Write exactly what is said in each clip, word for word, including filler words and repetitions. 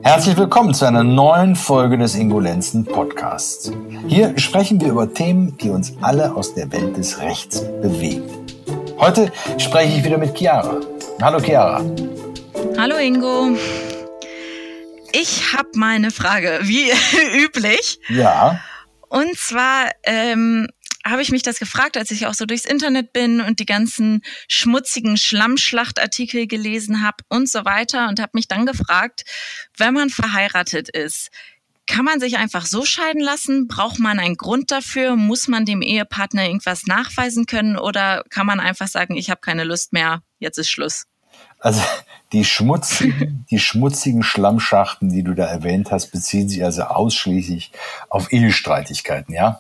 Herzlich willkommen zu einer neuen Folge des Ingolenzen Podcasts. Hier sprechen wir über Themen, die uns alle aus der Welt des Rechts bewegen. Heute spreche ich wieder mit Chiara. Hallo Chiara. Hallo Ingo. Ich habe mal eine Frage, wie üblich. Ja. Und zwar ähm, habe ich mich das gefragt, als ich auch so durchs Internet bin und die ganzen schmutzigen Schlammschlachtartikel gelesen habe und so weiter und habe mich dann gefragt, wenn man verheiratet ist, kann man sich einfach so scheiden lassen? Braucht man einen Grund dafür? Muss man dem Ehepartner irgendwas nachweisen können oder kann man einfach sagen, ich habe keine Lust mehr, jetzt ist Schluss? Also die schmutzigen, die schmutzigen Schlammschachten, die du da erwähnt hast, beziehen sich also ausschließlich auf Ehestreitigkeiten, ja?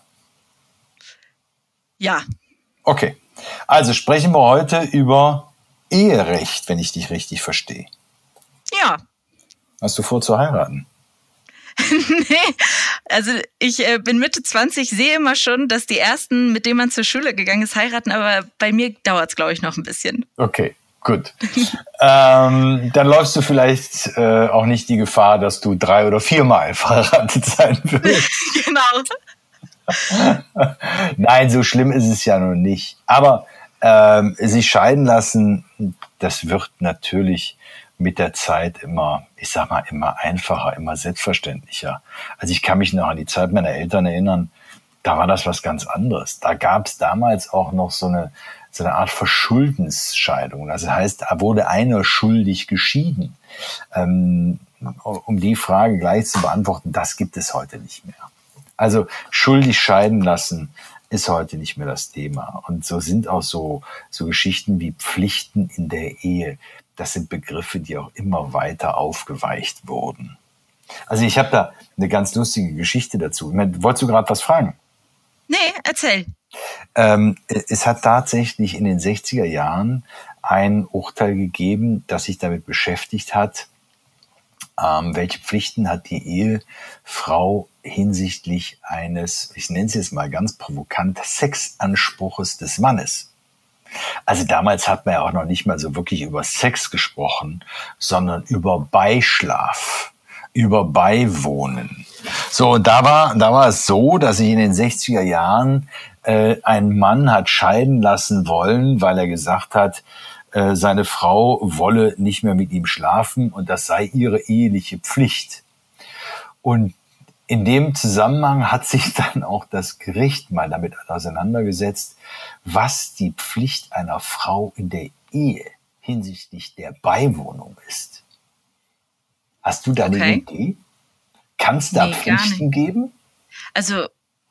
Ja. Okay, also sprechen wir heute über Eherecht, wenn ich dich richtig verstehe. Ja. Hast du vor zu heiraten? Nee, also ich äh, bin Mitte zwanzig, sehe immer schon, dass die Ersten, mit denen man zur Schule gegangen ist, heiraten, aber bei mir dauert es, glaube ich, noch ein bisschen. Okay, gut. ähm, dann läufst du vielleicht äh, auch nicht die Gefahr, dass du drei- oder viermal verheiratet sein wirst. Genau. Nein, so schlimm ist es ja noch nicht. Aber ähm, sich scheiden lassen, das wird natürlich mit der Zeit immer, ich sag mal, immer einfacher, immer selbstverständlicher. Also ich kann mich noch an die Zeit meiner Eltern erinnern, da war das was ganz anderes. Da gab es damals auch noch so eine, so eine Art Verschuldensscheidung. Das heißt, da wurde einer schuldig geschieden. Ähm, um die Frage gleich zu beantworten, das gibt es heute nicht mehr. Also schuldig scheiden lassen ist heute nicht mehr das Thema. Und so sind auch so, so Geschichten wie Pflichten in der Ehe. Das sind Begriffe, die auch immer weiter aufgeweicht wurden. Also ich habe da eine ganz lustige Geschichte dazu. Wolltest du gerade was fragen? Nee, erzähl. Ähm, es hat tatsächlich in den sechziger Jahren ein Urteil gegeben, das sich damit beschäftigt hat, ähm, welche Pflichten hat die Ehefrau hinsichtlich eines, ich nenne es jetzt mal ganz provokant, Sexanspruches des Mannes. Also damals hat man ja auch noch nicht mal so wirklich über Sex gesprochen, sondern über Beischlaf, über Beiwohnen. So, und da war, da war es so, dass sich in den sechziger Jahren äh, ein Mann hat scheiden lassen wollen, weil er gesagt hat, äh, seine Frau wolle nicht mehr mit ihm schlafen und das sei ihre eheliche Pflicht. Und in dem Zusammenhang hat sich dann auch das Gericht mal damit auseinandergesetzt, was die Pflicht einer Frau in der Ehe hinsichtlich der Beiwohnung ist. Hast du da eine Okay. Idee? Kann es da Nee, Pflichten geben? Also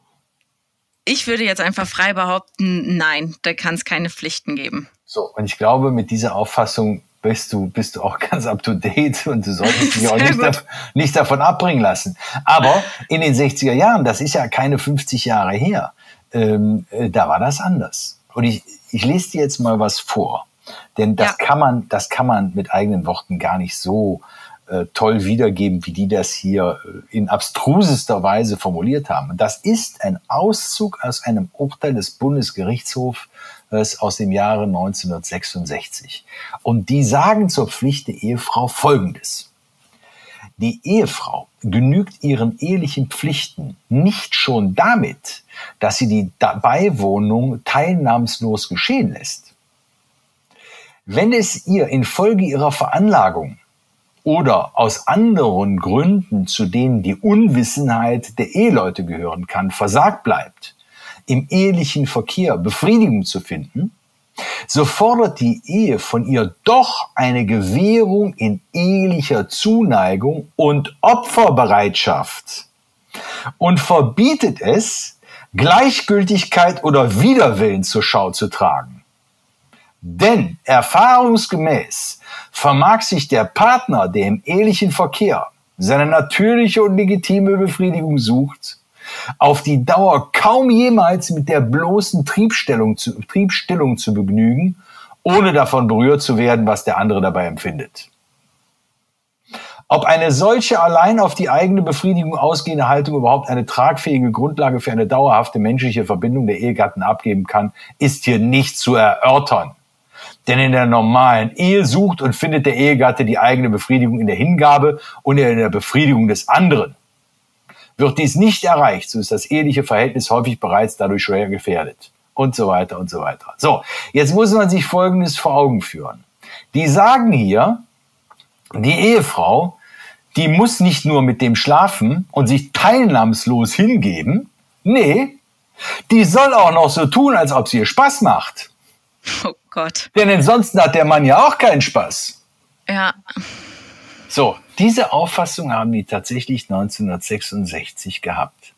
ich würde jetzt einfach frei behaupten, nein, da kann es keine Pflichten geben. So, und ich glaube, mit dieser Auffassung bist du, bist du auch ganz up to date und du solltest dich auch nicht, da, nicht davon abbringen lassen. Aber in den sechziger Jahren, das ist ja keine fünfzig Jahre her, ähm, äh, da war das anders. Und ich, ich lese dir jetzt mal was vor, denn das Ja. kann man, das kann man mit eigenen Worten gar nicht so äh, toll wiedergeben, wie die das hier äh, in abstrusester Weise formuliert haben. Und das ist ein Auszug aus einem Urteil des Bundesgerichtshofs aus dem Jahre neunzehnhundertsechsundsechzig. Und die sagen zur Pflicht der Ehefrau Folgendes. Die Ehefrau genügt ihren ehelichen Pflichten nicht schon damit, dass sie die Beiwohnung teilnahmslos geschehen lässt. Wenn es ihr infolge ihrer Veranlagung oder aus anderen Gründen, zu denen die Unwissenheit der Eheleute gehören kann, versagt bleibt, im ehelichen Verkehr Befriedigung zu finden, so fordert die Ehe von ihr doch eine Gewährung in ehelicher Zuneigung und Opferbereitschaft und verbietet es, Gleichgültigkeit oder Widerwillen zur Schau zu tragen. Denn erfahrungsgemäß vermag sich der Partner, der im ehelichen Verkehr seine natürliche und legitime Befriedigung sucht, auf die Dauer kaum jemals mit der bloßen Triebstellung zu, Triebstillung zu begnügen, ohne davon berührt zu werden, was der andere dabei empfindet. Ob eine solche allein auf die eigene Befriedigung ausgehende Haltung überhaupt eine tragfähige Grundlage für eine dauerhafte menschliche Verbindung der Ehegatten abgeben kann, ist hier nicht zu erörtern. Denn in der normalen Ehe sucht und findet der Ehegatte die eigene Befriedigung in der Hingabe und in der Befriedigung des anderen. Wird dies nicht erreicht, so ist das eheliche Verhältnis häufig bereits dadurch schwer gefährdet. Und so weiter und so weiter. So, jetzt muss man sich Folgendes vor Augen führen. Die sagen hier, die Ehefrau, die muss nicht nur mit dem schlafen und sich teilnahmslos hingeben. Nee, die soll auch noch so tun, als ob es ihr Spaß macht. Oh Gott. Denn ansonsten hat der Mann ja auch keinen Spaß. Ja. So, diese Auffassung haben die tatsächlich neunzehnhundertsechsundsechzig gehabt.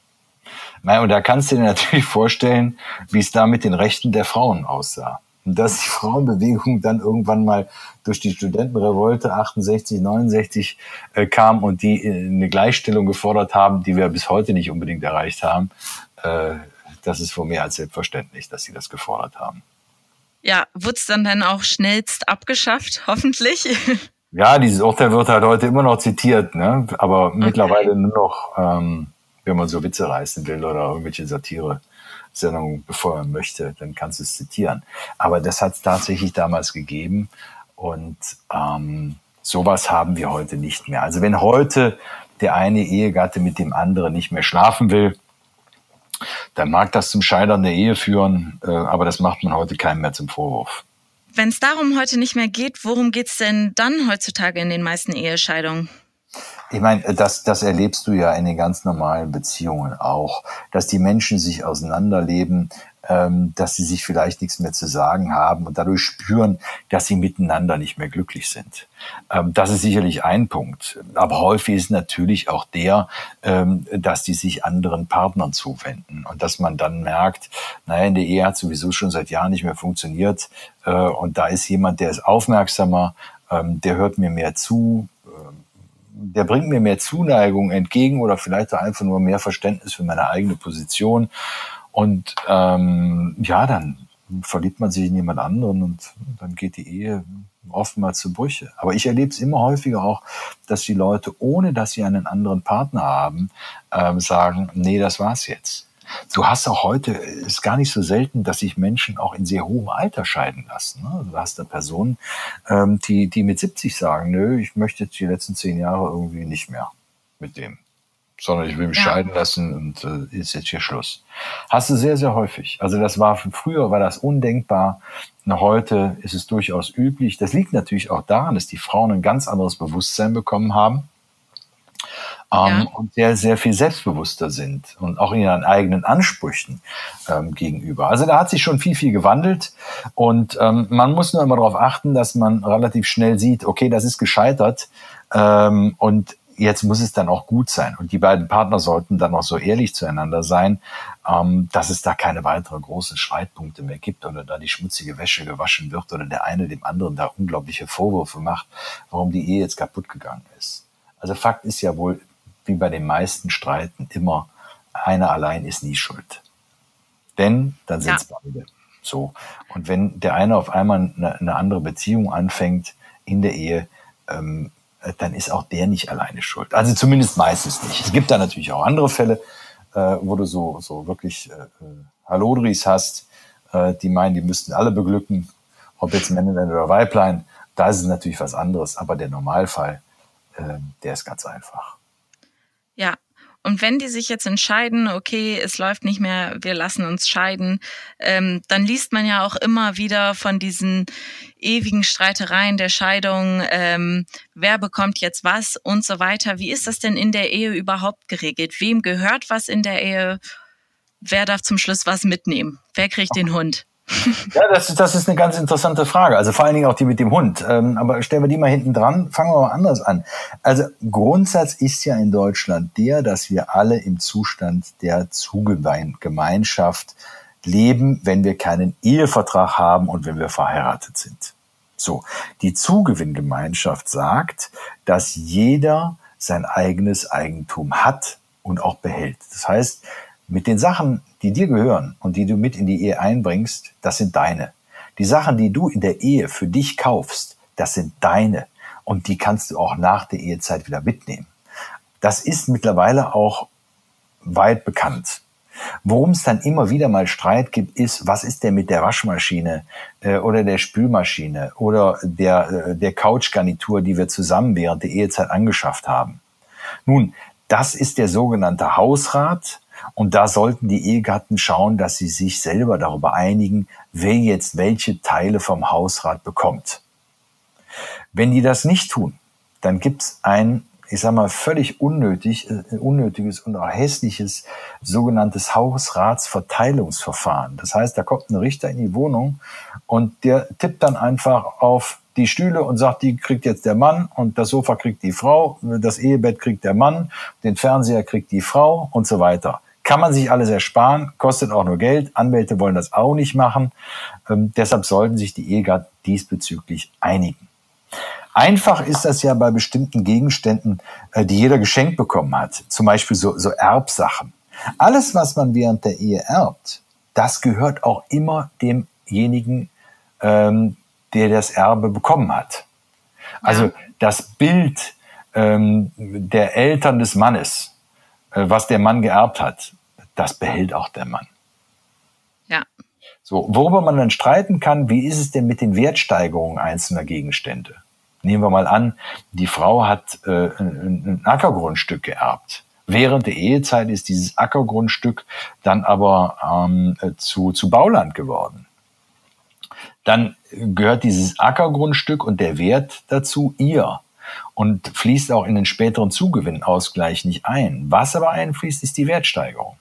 Und da kannst du dir natürlich vorstellen, wie es da mit den Rechten der Frauen aussah. Und dass die Frauenbewegung dann irgendwann mal durch die Studentenrevolte achtundsechzig, neunundsechzig äh, kam und die äh, eine Gleichstellung gefordert haben, die wir bis heute nicht unbedingt erreicht haben. Äh, das ist wohl mehr als selbstverständlich, dass sie das gefordert haben. Ja, wurde es dann dann auch schnellst abgeschafft, hoffentlich? Ja, dieses Urteil wird halt heute immer noch zitiert, ne? Aber okay. Mittlerweile nur noch, ähm, wenn man so Witze reißen will oder irgendwelche Satire-Sendungen befeuern möchte, dann kannst du es zitieren. Aber das hat es tatsächlich damals gegeben und ähm, sowas haben wir heute nicht mehr. Also wenn heute der eine Ehegatte mit dem anderen nicht mehr schlafen will, dann mag das zum Scheitern der Ehe führen, äh, aber das macht man heute keinem mehr zum Vorwurf. Wenn es darum heute nicht mehr geht, worum geht es denn dann heutzutage in den meisten Ehescheidungen? Ich meine, das, das erlebst du ja in den ganz normalen Beziehungen auch, dass die Menschen sich auseinanderleben, ähm, dass sie sich vielleicht nichts mehr zu sagen haben und dadurch spüren, dass sie miteinander nicht mehr glücklich sind. Ähm, das ist sicherlich ein Punkt. Aber häufig ist natürlich auch der, ähm, dass die sich anderen Partnern zuwenden und dass man dann merkt, naja, in der Ehe hat sowieso schon seit Jahren nicht mehr funktioniert äh, und da ist jemand, der ist aufmerksamer, ähm, der hört mir mehr zu, der bringt mir mehr Zuneigung entgegen oder vielleicht auch einfach nur mehr Verständnis für meine eigene Position. Und ähm, ja, dann verliebt man sich in jemand anderen und dann geht die Ehe oftmals zu Brüche. Aber ich erlebe es immer häufiger auch, dass die Leute, ohne dass sie einen anderen Partner haben, ähm, sagen, nee, das war's jetzt. Du hast auch heute, ist gar nicht so selten, dass sich Menschen auch in sehr hohem Alter scheiden lassen. Ne? Du hast da Personen, ähm, die, die mit siebzig sagen, nö, ich möchte jetzt die letzten zehn Jahre irgendwie nicht mehr mit dem, sondern ich will mich ja. scheiden lassen und äh, ist jetzt hier Schluss. Hast du sehr, sehr häufig. Also das war, früher war das undenkbar. Heute ist es durchaus üblich. Das liegt natürlich auch daran, dass die Frauen ein ganz anderes Bewusstsein bekommen haben. Ja. Ähm, und sehr, sehr viel selbstbewusster sind und auch in ihren eigenen Ansprüchen ähm, gegenüber. Also da hat sich schon viel, viel gewandelt und ähm, man muss nur immer darauf achten, dass man relativ schnell sieht, okay, das ist gescheitert ähm, und jetzt muss es dann auch gut sein. Und die beiden Partner sollten dann auch so ehrlich zueinander sein, ähm, dass es da keine weiteren großen Streitpunkte mehr gibt oder da die schmutzige Wäsche gewaschen wird oder der eine dem anderen da unglaubliche Vorwürfe macht, warum die Ehe jetzt kaputt gegangen ist. Also Fakt ist ja wohl, wie bei den meisten Streiten immer, einer allein ist nie schuld. Denn dann sind es ja. beide. So. Und wenn der eine auf einmal eine, eine andere Beziehung anfängt in der Ehe, ähm, dann ist auch der nicht alleine schuld. Also zumindest meistens nicht. Es gibt da natürlich auch andere Fälle, äh, wo du so, so wirklich äh, Hallodris hast, äh, die meinen, die müssten alle beglücken, ob jetzt Männlein oder Weiblein. Da ist es natürlich was anderes. Aber der Normalfall, äh, der ist ganz einfach. Ja, und wenn die sich jetzt entscheiden, okay, es läuft nicht mehr, wir lassen uns scheiden, ähm, dann liest man ja auch immer wieder von diesen ewigen Streitereien der Scheidung, ähm, wer bekommt jetzt was und so weiter. Wie ist das denn in der Ehe überhaupt geregelt? Wem gehört was in der Ehe? Wer darf zum Schluss was mitnehmen? Wer kriegt den Hund? Ja, das ist, das ist eine ganz interessante Frage. Also vor allen Dingen auch die mit dem Hund. Ähm, aber stellen wir die mal hinten dran. Fangen wir mal anders an. Also Grundsatz ist ja in Deutschland der, dass wir alle im Zustand der Zugewinngemeinschaft leben, wenn wir keinen Ehevertrag haben und wenn wir verheiratet sind. So, die Zugewinngemeinschaft sagt, dass jeder sein eigenes Eigentum hat und auch behält. Das heißt, mit den Sachen, die dir gehören und die du mit in die Ehe einbringst, das sind deine. Die Sachen, die du in der Ehe für dich kaufst, das sind deine. Und die kannst du auch nach der Ehezeit wieder mitnehmen. Das ist mittlerweile auch weit bekannt. Worum es dann immer wieder mal Streit gibt, ist, was ist denn mit der Waschmaschine äh, oder der Spülmaschine oder der, äh, der Couchgarnitur, die wir zusammen während der Ehezeit angeschafft haben. Nun, das ist der sogenannte Hausrat und da sollten die Ehegatten schauen, dass sie sich selber darüber einigen, wer jetzt welche Teile vom Hausrat bekommt. Wenn die das nicht tun, dann gibt's ein, ich sag mal, völlig unnötig, äh, unnötiges und auch hässliches sogenanntes Hausratsverteilungsverfahren. Das heißt, da kommt ein Richter in die Wohnung und der tippt dann einfach auf die Stühle und sagt, die kriegt jetzt der Mann und das Sofa kriegt die Frau, das Ehebett kriegt der Mann, den Fernseher kriegt die Frau und so weiter. Kann man sich alles ersparen, kostet auch nur Geld. Anwälte wollen das auch nicht machen. Ähm, deshalb sollten sich die Ehegatten diesbezüglich einigen. Einfach ist das ja bei bestimmten Gegenständen, äh, die jeder geschenkt bekommen hat. Zum Beispiel so, so Erbsachen. Alles, was man während der Ehe erbt, das gehört auch immer demjenigen, ähm, der das Erbe bekommen hat. Also das Bild ähm, der Eltern des Mannes, äh, was der Mann geerbt hat, das behält auch der Mann. Ja. So, worüber man dann streiten kann, wie ist es denn mit den Wertsteigerungen einzelner Gegenstände? Nehmen wir mal an, die Frau hat äh, ein, ein Ackergrundstück geerbt. Während der Ehezeit ist dieses Ackergrundstück dann aber ähm, zu, zu Bauland geworden. Dann gehört dieses Ackergrundstück und der Wert dazu ihr und fließt auch in den späteren Zugewinnausgleich nicht ein. Was aber einfließt, ist die Wertsteigerung.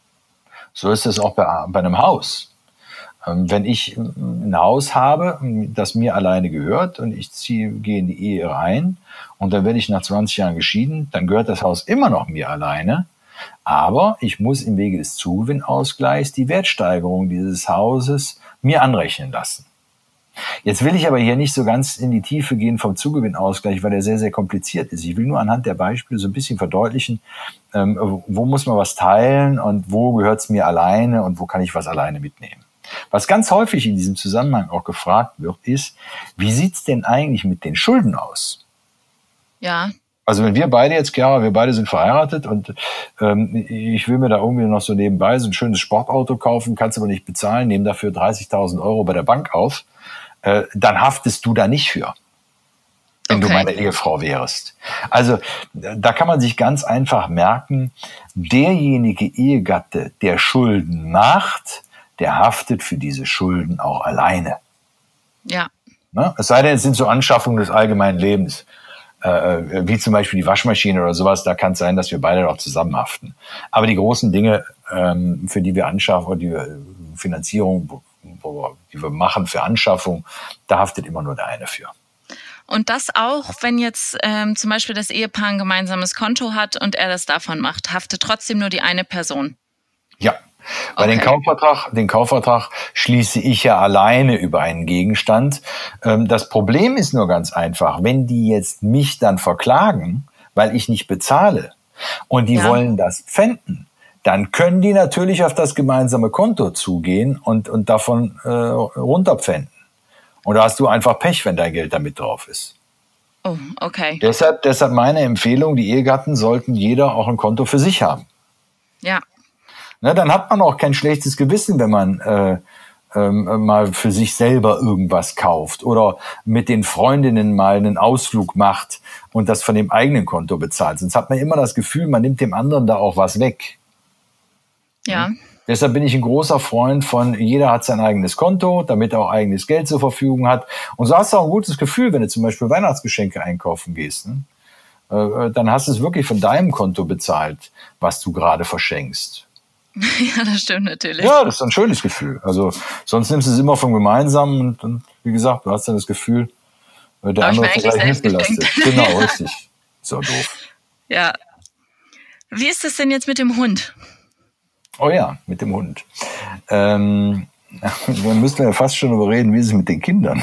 So ist es auch bei, bei einem Haus. Wenn ich ein Haus habe, das mir alleine gehört und ich ziehe, gehe in die Ehe rein und dann werde ich nach zwanzig Jahren geschieden, dann gehört das Haus immer noch mir alleine. Aber ich muss im Wege des Zugewinnausgleichs die Wertsteigerung dieses Hauses mir anrechnen lassen. Jetzt will ich aber hier nicht so ganz in die Tiefe gehen vom Zugewinnausgleich, weil der sehr, sehr kompliziert ist. Ich will nur anhand der Beispiele so ein bisschen verdeutlichen, ähm, wo muss man was teilen und wo gehört es mir alleine und wo kann ich was alleine mitnehmen. Was ganz häufig in diesem Zusammenhang auch gefragt wird, ist, wie sieht's denn eigentlich mit den Schulden aus? Ja. Also wenn wir beide jetzt, Chiara, wir beide sind verheiratet und ähm, ich will mir da irgendwie noch so nebenbei so ein schönes Sportauto kaufen, kannst aber nicht bezahlen, nehme dafür dreißigtausend Euro bei der Bank auf, äh, dann haftest du da nicht für, wenn okay. du meine Ehefrau wärst. Also da kann man sich ganz einfach merken, derjenige Ehegatte, der Schulden macht, der haftet für diese Schulden auch alleine. Ja. Ne? Es sei denn, es sind so Anschaffungen des allgemeinen Lebens. Äh, wie zum Beispiel die Waschmaschine oder sowas, da kann es sein, dass wir beide noch zusammen haften. Aber die großen Dinge, ähm, für die wir anschaffen, die wir, Finanzierung, wo, wo, die wir machen für Anschaffung, da haftet immer nur der eine für. Und das auch, wenn jetzt ähm, zum Beispiel das Ehepaar ein gemeinsames Konto hat und er das davon macht, haftet trotzdem nur die eine Person? Ja. Weil okay. den Kaufvertrag, den Kaufvertrag schließe ich ja alleine über einen Gegenstand. Das Problem ist nur ganz einfach, wenn die jetzt mich dann verklagen, weil ich nicht bezahle und die ja. wollen das pfänden, dann können die natürlich auf das gemeinsame Konto zugehen und, und davon äh, runterpfänden. Und da hast du einfach Pech, wenn dein Geld damit drauf ist. Oh, okay. Deshalb, deshalb meine Empfehlung, die Ehegatten sollten jeder auch ein Konto für sich haben. Ja. Na, dann hat man auch kein schlechtes Gewissen, wenn man äh, ähm, mal für sich selber irgendwas kauft oder mit den Freundinnen mal einen Ausflug macht und das von dem eigenen Konto bezahlt. Sonst hat man immer das Gefühl, man nimmt dem anderen da auch was weg. Ja. Deshalb bin ich ein großer Freund von, jeder hat sein eigenes Konto, damit er auch eigenes Geld zur Verfügung hat. Und so hast du auch ein gutes Gefühl, wenn du zum Beispiel Weihnachtsgeschenke einkaufen gehst. Ne? Äh, dann hast du es wirklich von deinem Konto bezahlt, was du gerade verschenkst. Ja, das stimmt natürlich. Ja, das ist ein schönes Gefühl. Also sonst nimmst du es immer vom Gemeinsamen und, und wie gesagt, du hast dann das Gefühl, der Aber andere ich vielleicht nicht belastet. Genau, richtig. So doof. Ja. Wie ist es denn jetzt mit dem Hund? Oh ja, mit dem Hund. Ähm, dann müssten wir ja fast schon darüber reden, wie ist es mit den Kindern?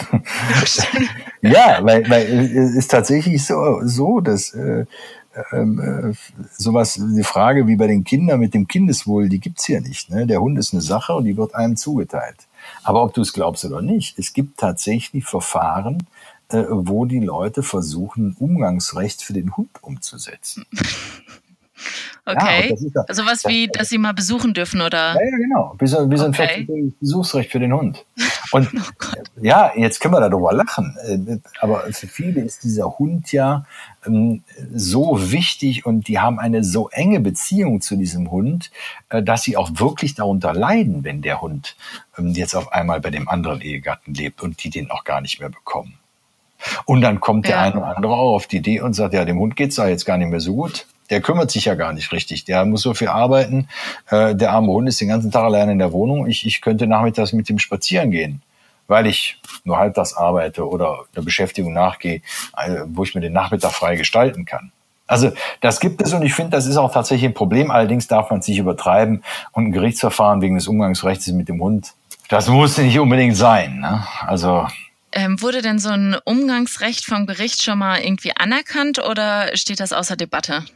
Ja, weil, weil es ist tatsächlich so, so dass äh, Ähm, äh, sowas, die Frage wie bei den Kindern mit dem Kindeswohl, die gibt's hier nicht. Ne? Der Hund ist eine Sache und die wird einem zugeteilt. Aber ob du es glaubst oder nicht, es gibt tatsächlich Verfahren, äh, wo die Leute versuchen, Umgangsrecht für den Hund umzusetzen. Okay. Ja, das ist ja, sowas das, wie, dass sie mal besuchen dürfen, oder? Ja, ja, genau. Wie so, wie so ein Okay. vierzig-tägiges Besuchsrecht für den Hund. Und Oh Gott. ja, jetzt können wir darüber lachen. Aber für viele ist dieser Hund ja ähm, so wichtig und die haben eine so enge Beziehung zu diesem Hund, äh, dass sie auch wirklich darunter leiden, wenn der Hund ähm, jetzt auf einmal bei dem anderen Ehegatten lebt und die den auch gar nicht mehr bekommen. Und dann kommt der Ja. eine oder andere auch auf die Idee und sagt, ja, dem Hund geht's da jetzt gar nicht mehr so gut. Der kümmert sich ja gar nicht richtig. Der muss so viel arbeiten. Äh, der arme Hund ist den ganzen Tag allein in der Wohnung. Ich, ich könnte nachmittags mit dem spazieren gehen, weil ich nur halbtags arbeite oder einer Beschäftigung nachgehe, äh, wo ich mir den Nachmittag frei gestalten kann. Also das gibt es und ich finde, das ist auch tatsächlich ein Problem. Allerdings darf man es nicht übertreiben und ein Gerichtsverfahren wegen des Umgangsrechts mit dem Hund, das muss nicht unbedingt sein, ne? Also Ähm, wurde denn so ein Umgangsrecht vom Gericht schon mal irgendwie anerkannt oder steht das außer Debatte?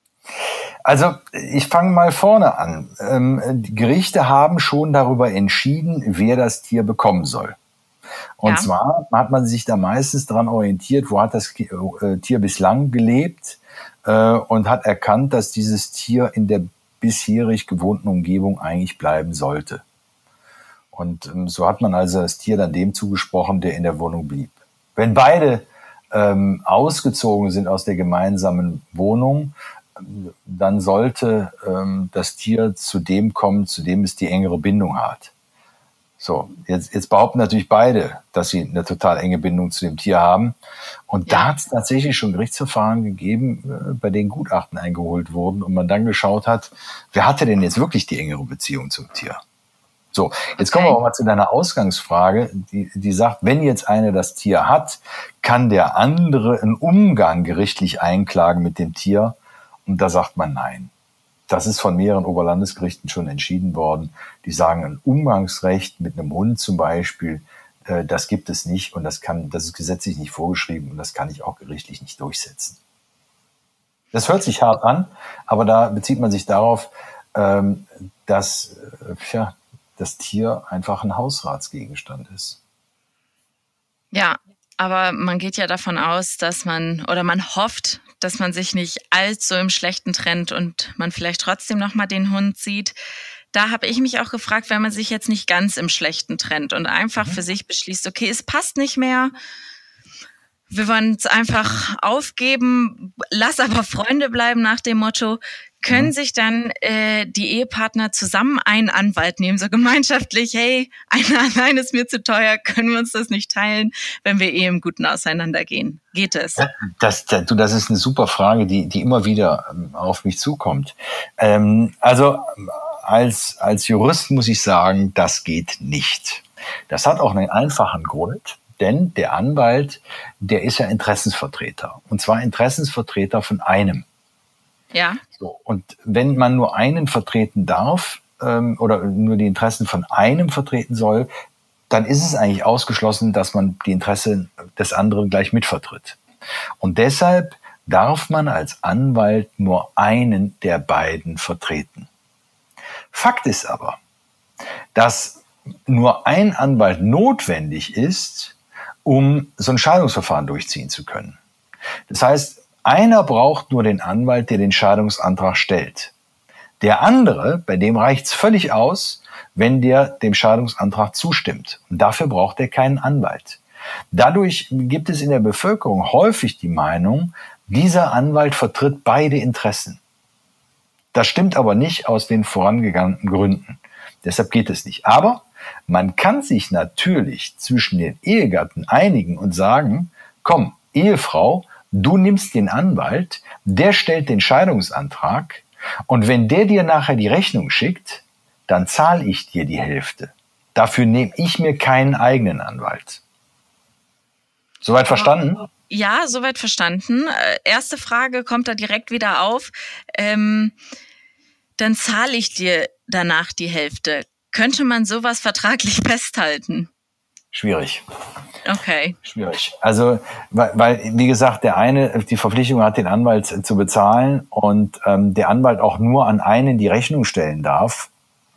Also ich fange mal vorne an. Ähm, die Gerichte haben schon darüber entschieden, wer das Tier bekommen soll. Und Ja. zwar hat man sich da meistens daran orientiert, wo hat das äh, Tier bislang gelebt äh, und hat erkannt, dass dieses Tier in der bisherig gewohnten Umgebung eigentlich bleiben sollte. Und ähm, so hat man also das Tier dann dem zugesprochen, der in der Wohnung blieb. Wenn beide ähm, ausgezogen sind aus der gemeinsamen Wohnung, dann sollte ähm, das Tier zu dem kommen, zu dem es die engere Bindung hat. So, jetzt, jetzt behaupten natürlich beide, dass sie eine total enge Bindung zu dem Tier haben. Und Ja. da hat es tatsächlich schon Gerichtsverfahren gegeben, äh, bei denen Gutachten eingeholt wurden und man dann geschaut hat, wer hatte denn jetzt wirklich die engere Beziehung zum Tier? So, jetzt Okay. kommen wir aber mal zu deiner Ausgangsfrage, die, die sagt, wenn jetzt einer das Tier hat, kann der andere einen Umgang gerichtlich einklagen mit dem Tier? Und da sagt man nein. Das ist von mehreren Oberlandesgerichten schon entschieden worden. Die sagen, ein Umgangsrecht mit einem Hund zum Beispiel, äh, das gibt es nicht und das kann, das ist gesetzlich nicht vorgeschrieben und das kann ich auch gerichtlich nicht durchsetzen. Das hört sich hart an, aber da bezieht man sich darauf, ähm, dass äh, ja, das Tier einfach ein Hausratsgegenstand ist. Ja, aber man geht ja davon aus, dass man oder man hofft, dass man sich nicht allzu im Schlechten trennt und man vielleicht trotzdem noch mal den Hund sieht. Da habe ich mich auch gefragt, wenn man sich jetzt nicht ganz im Schlechten trennt und einfach Mhm. für sich beschließt, okay, es passt nicht mehr, wir wollen es einfach aufgeben, lass aber Freunde bleiben nach dem Motto, können Mhm. sich dann äh, die Ehepartner zusammen einen Anwalt nehmen, so gemeinschaftlich, hey, einer allein ist mir zu teuer, können wir uns das nicht teilen, wenn wir eh im Guten auseinandergehen? Geht es? Das, das, du, das ist eine super Frage, die, die immer wieder ähm, auf mich zukommt. Ähm, also als, als Jurist muss ich sagen, das geht nicht. Das hat auch einen einfachen Grund. Denn der Anwalt, der ist ja Interessensvertreter. Und zwar Interessensvertreter von einem. Ja. So, und wenn man nur einen vertreten darf ähm, oder nur die Interessen von einem vertreten soll, dann ist es eigentlich ausgeschlossen, dass man die Interessen des anderen gleich mitvertritt. Und deshalb darf man als Anwalt nur einen der beiden vertreten. Fakt ist aber, dass nur ein Anwalt notwendig ist, um so ein Scheidungsverfahren durchziehen zu können. Das heißt, einer braucht nur den Anwalt, der den Scheidungsantrag stellt. Der andere, bei dem reicht's völlig aus, wenn der dem Scheidungsantrag zustimmt. Und dafür braucht er keinen Anwalt. Dadurch gibt es in der Bevölkerung häufig die Meinung, dieser Anwalt vertritt beide Interessen. Das stimmt aber nicht aus den vorangegangenen Gründen. Deshalb geht es nicht. Aber man kann sich natürlich zwischen den Ehegatten einigen und sagen, komm, Ehefrau, du nimmst den Anwalt, der stellt den Scheidungsantrag und wenn der dir nachher die Rechnung schickt, dann zahle ich dir die Hälfte. Dafür nehme ich mir keinen eigenen Anwalt. Soweit verstanden? Ja, soweit verstanden. Äh, erste Frage kommt da direkt wieder auf. Ähm, dann zahle ich dir danach die Hälfte. Könnte man sowas vertraglich festhalten? Schwierig. Okay. Schwierig. Also, weil, weil, wie gesagt, der eine die Verpflichtung hat, den Anwalt zu bezahlen und ähm, der Anwalt auch nur an einen die Rechnung stellen darf.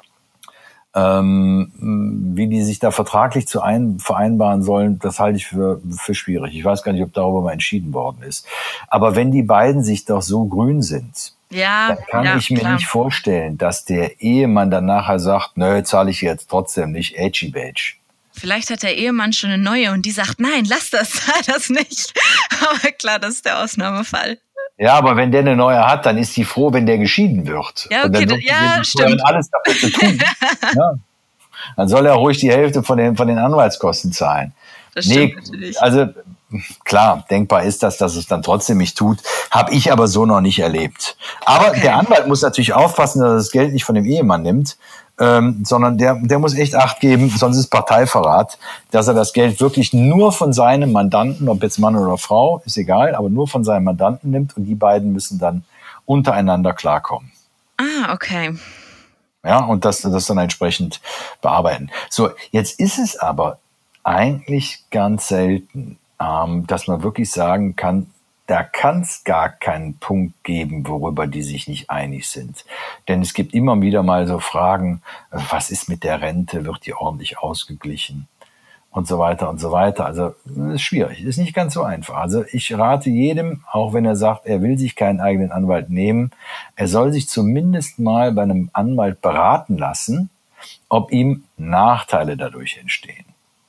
Ähm, wie die sich da vertraglich zu ein, vereinbaren sollen, das halte ich für, für schwierig. Ich weiß gar nicht, ob darüber mal entschieden worden ist. Aber wenn die beiden sich doch so grün sind, Ja, dann kann ja, ich mir klar. nicht vorstellen, dass der Ehemann dann nachher sagt, nö, zahle ich jetzt trotzdem nicht, edgy badge. Vielleicht hat der Ehemann schon eine neue und die sagt, nein, lass das, zahl das nicht. Aber klar, das ist der Ausnahmefall. Ja, aber wenn der eine neue hat, dann ist sie froh, wenn der geschieden wird. Ja, Und okay, dann d- ja, stimmt. alles dafür zu tun. Ja. Dann soll er ruhig die Hälfte von den, von den Anwaltskosten zahlen. Das Nee, stimmt natürlich. also klar, denkbar ist das, dass es dann trotzdem nicht tut. Habe ich aber so noch nicht erlebt. Aber Okay. der Anwalt muss natürlich aufpassen, dass er das Geld nicht von dem Ehemann nimmt, ähm, sondern der, der muss echt Acht geben, sonst ist Parteiverrat, dass er das Geld wirklich nur von seinem Mandanten, ob jetzt Mann oder Frau, ist egal, aber nur von seinem Mandanten nimmt und die beiden müssen dann untereinander klarkommen. Ah, okay. Ja, und das, das dann entsprechend bearbeiten. So, jetzt ist es aber eigentlich ganz selten, ähm, dass man wirklich sagen kann, da kann es gar keinen Punkt geben, worüber die sich nicht einig sind. Denn es gibt immer wieder mal so Fragen, äh, was ist mit der Rente, wird die ordentlich ausgeglichen? Und so weiter und so weiter. Also das ist schwierig, ist nicht ganz so einfach. Also ich rate jedem, auch wenn er sagt, er will sich keinen eigenen Anwalt nehmen, er soll sich zumindest mal bei einem Anwalt beraten lassen, ob ihm Nachteile dadurch entstehen,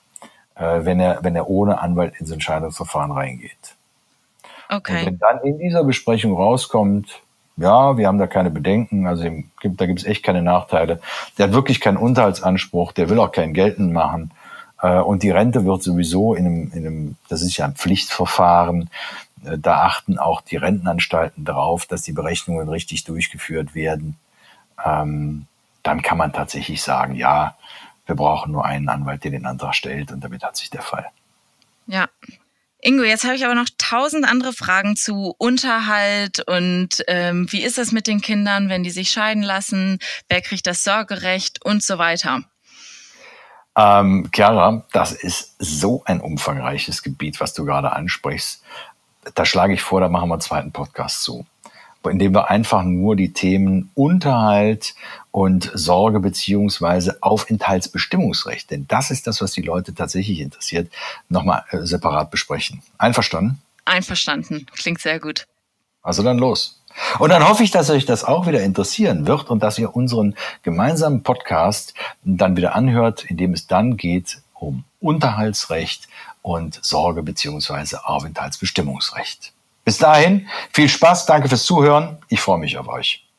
äh, wenn er, wenn er ohne Anwalt ins Entscheidungsverfahren reingeht. Okay. Und wenn dann in dieser Besprechung rauskommt, ja, wir haben da keine Bedenken, also da gibt es echt keine Nachteile, der hat wirklich keinen Unterhaltsanspruch, der will auch keinen geltend machen, und die Rente wird sowieso in einem, in einem, das ist ja ein Pflichtverfahren, da achten auch die Rentenanstalten darauf, dass die Berechnungen richtig durchgeführt werden. Ähm, dann kann man tatsächlich sagen, ja, wir brauchen nur einen Anwalt, der den Antrag stellt und damit hat sich der Fall. Ja. Ingo, jetzt habe ich aber noch tausend andere Fragen zu Unterhalt und ähm, wie ist das mit den Kindern, wenn die sich scheiden lassen, wer kriegt das Sorgerecht und so weiter. Ähm, Chiara, das ist so ein umfangreiches Gebiet, was du gerade ansprichst. Da schlage ich vor, da machen wir einen zweiten Podcast zu, indem wir einfach nur die Themen Unterhalt und Sorge beziehungsweise Aufenthaltsbestimmungsrecht, denn das ist das, was die Leute tatsächlich interessiert, nochmal äh, separat besprechen. Einverstanden? Einverstanden. Klingt sehr gut. Also dann los. Und dann hoffe ich, dass euch das auch wieder interessieren wird und dass ihr unseren gemeinsamen Podcast dann wieder anhört, in dem es dann geht um Unterhaltsrecht und Sorge- bzw. Aufenthaltsbestimmungsrecht. Bis dahin, viel Spaß, danke fürs Zuhören, ich freue mich auf euch.